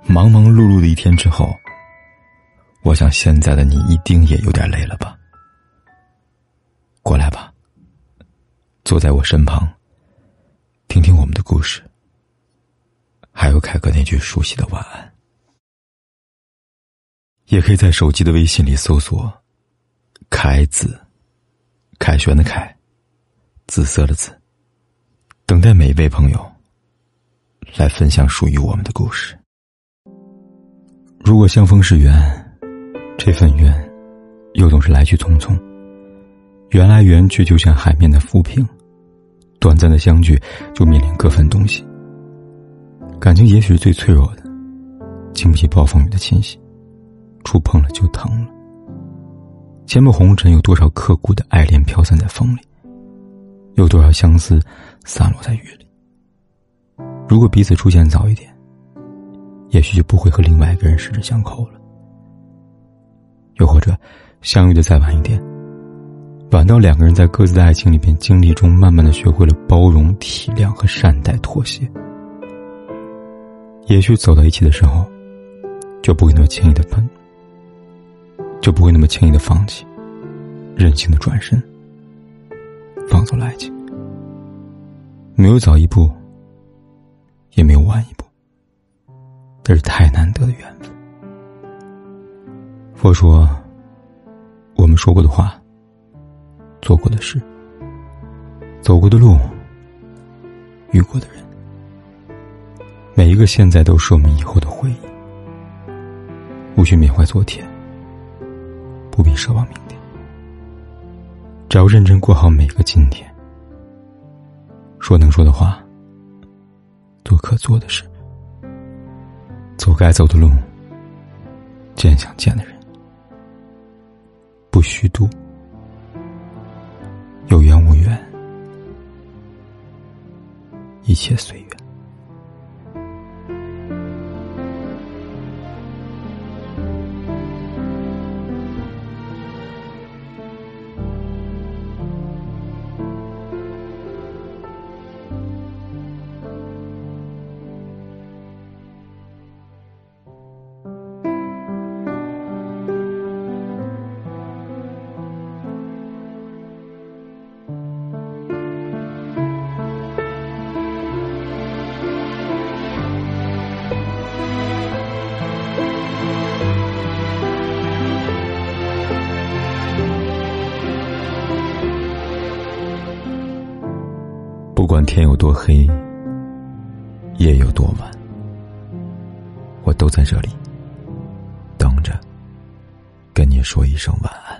忙忙碌碌的一天之后，我想现在的你一定也有点累了吧。过来吧，坐在我身旁，听听我们的故事，还有凯哥那句熟悉的晚安。也可以在手机的微信里搜索凯子，凯旋的凯，紫色的紫，等待每一位朋友来分享属于我们的故事。如果相逢是缘，这份缘又总是来去匆匆，缘来缘去就像海面的浮萍，短暂的相聚就面临各分东西。感情也许是最脆弱的，经不起暴风雨的侵袭，触碰了就疼了。阡陌红尘，有多少刻骨的爱恋飘散在风里，有多少相思散落在雨里。如果彼此出现早一点，也许就不会和另外一个人十指相扣了。又或者相遇的再晚一点，晚到两个人在各自的爱情里边经历中慢慢的学会了包容、体谅和善待、妥协。也许走到一起的时候，就不会那么轻易的放弃，任性的转身，放走了爱情。没有早一步，也没有晚一步，这是太难得的缘分。佛说，我们说过的话，做过的事，走过的路，遇过的人，每一个现在都是我们以后的回忆。无需缅怀昨天，不必奢望明天，只要认真过好每个今天，说能说的话，做可做的事，走该走的路，见想见的人，不虚度，有缘无缘，一切随缘。不管天有多黑，夜有多晚，我都在这里等着跟你说一声晚安。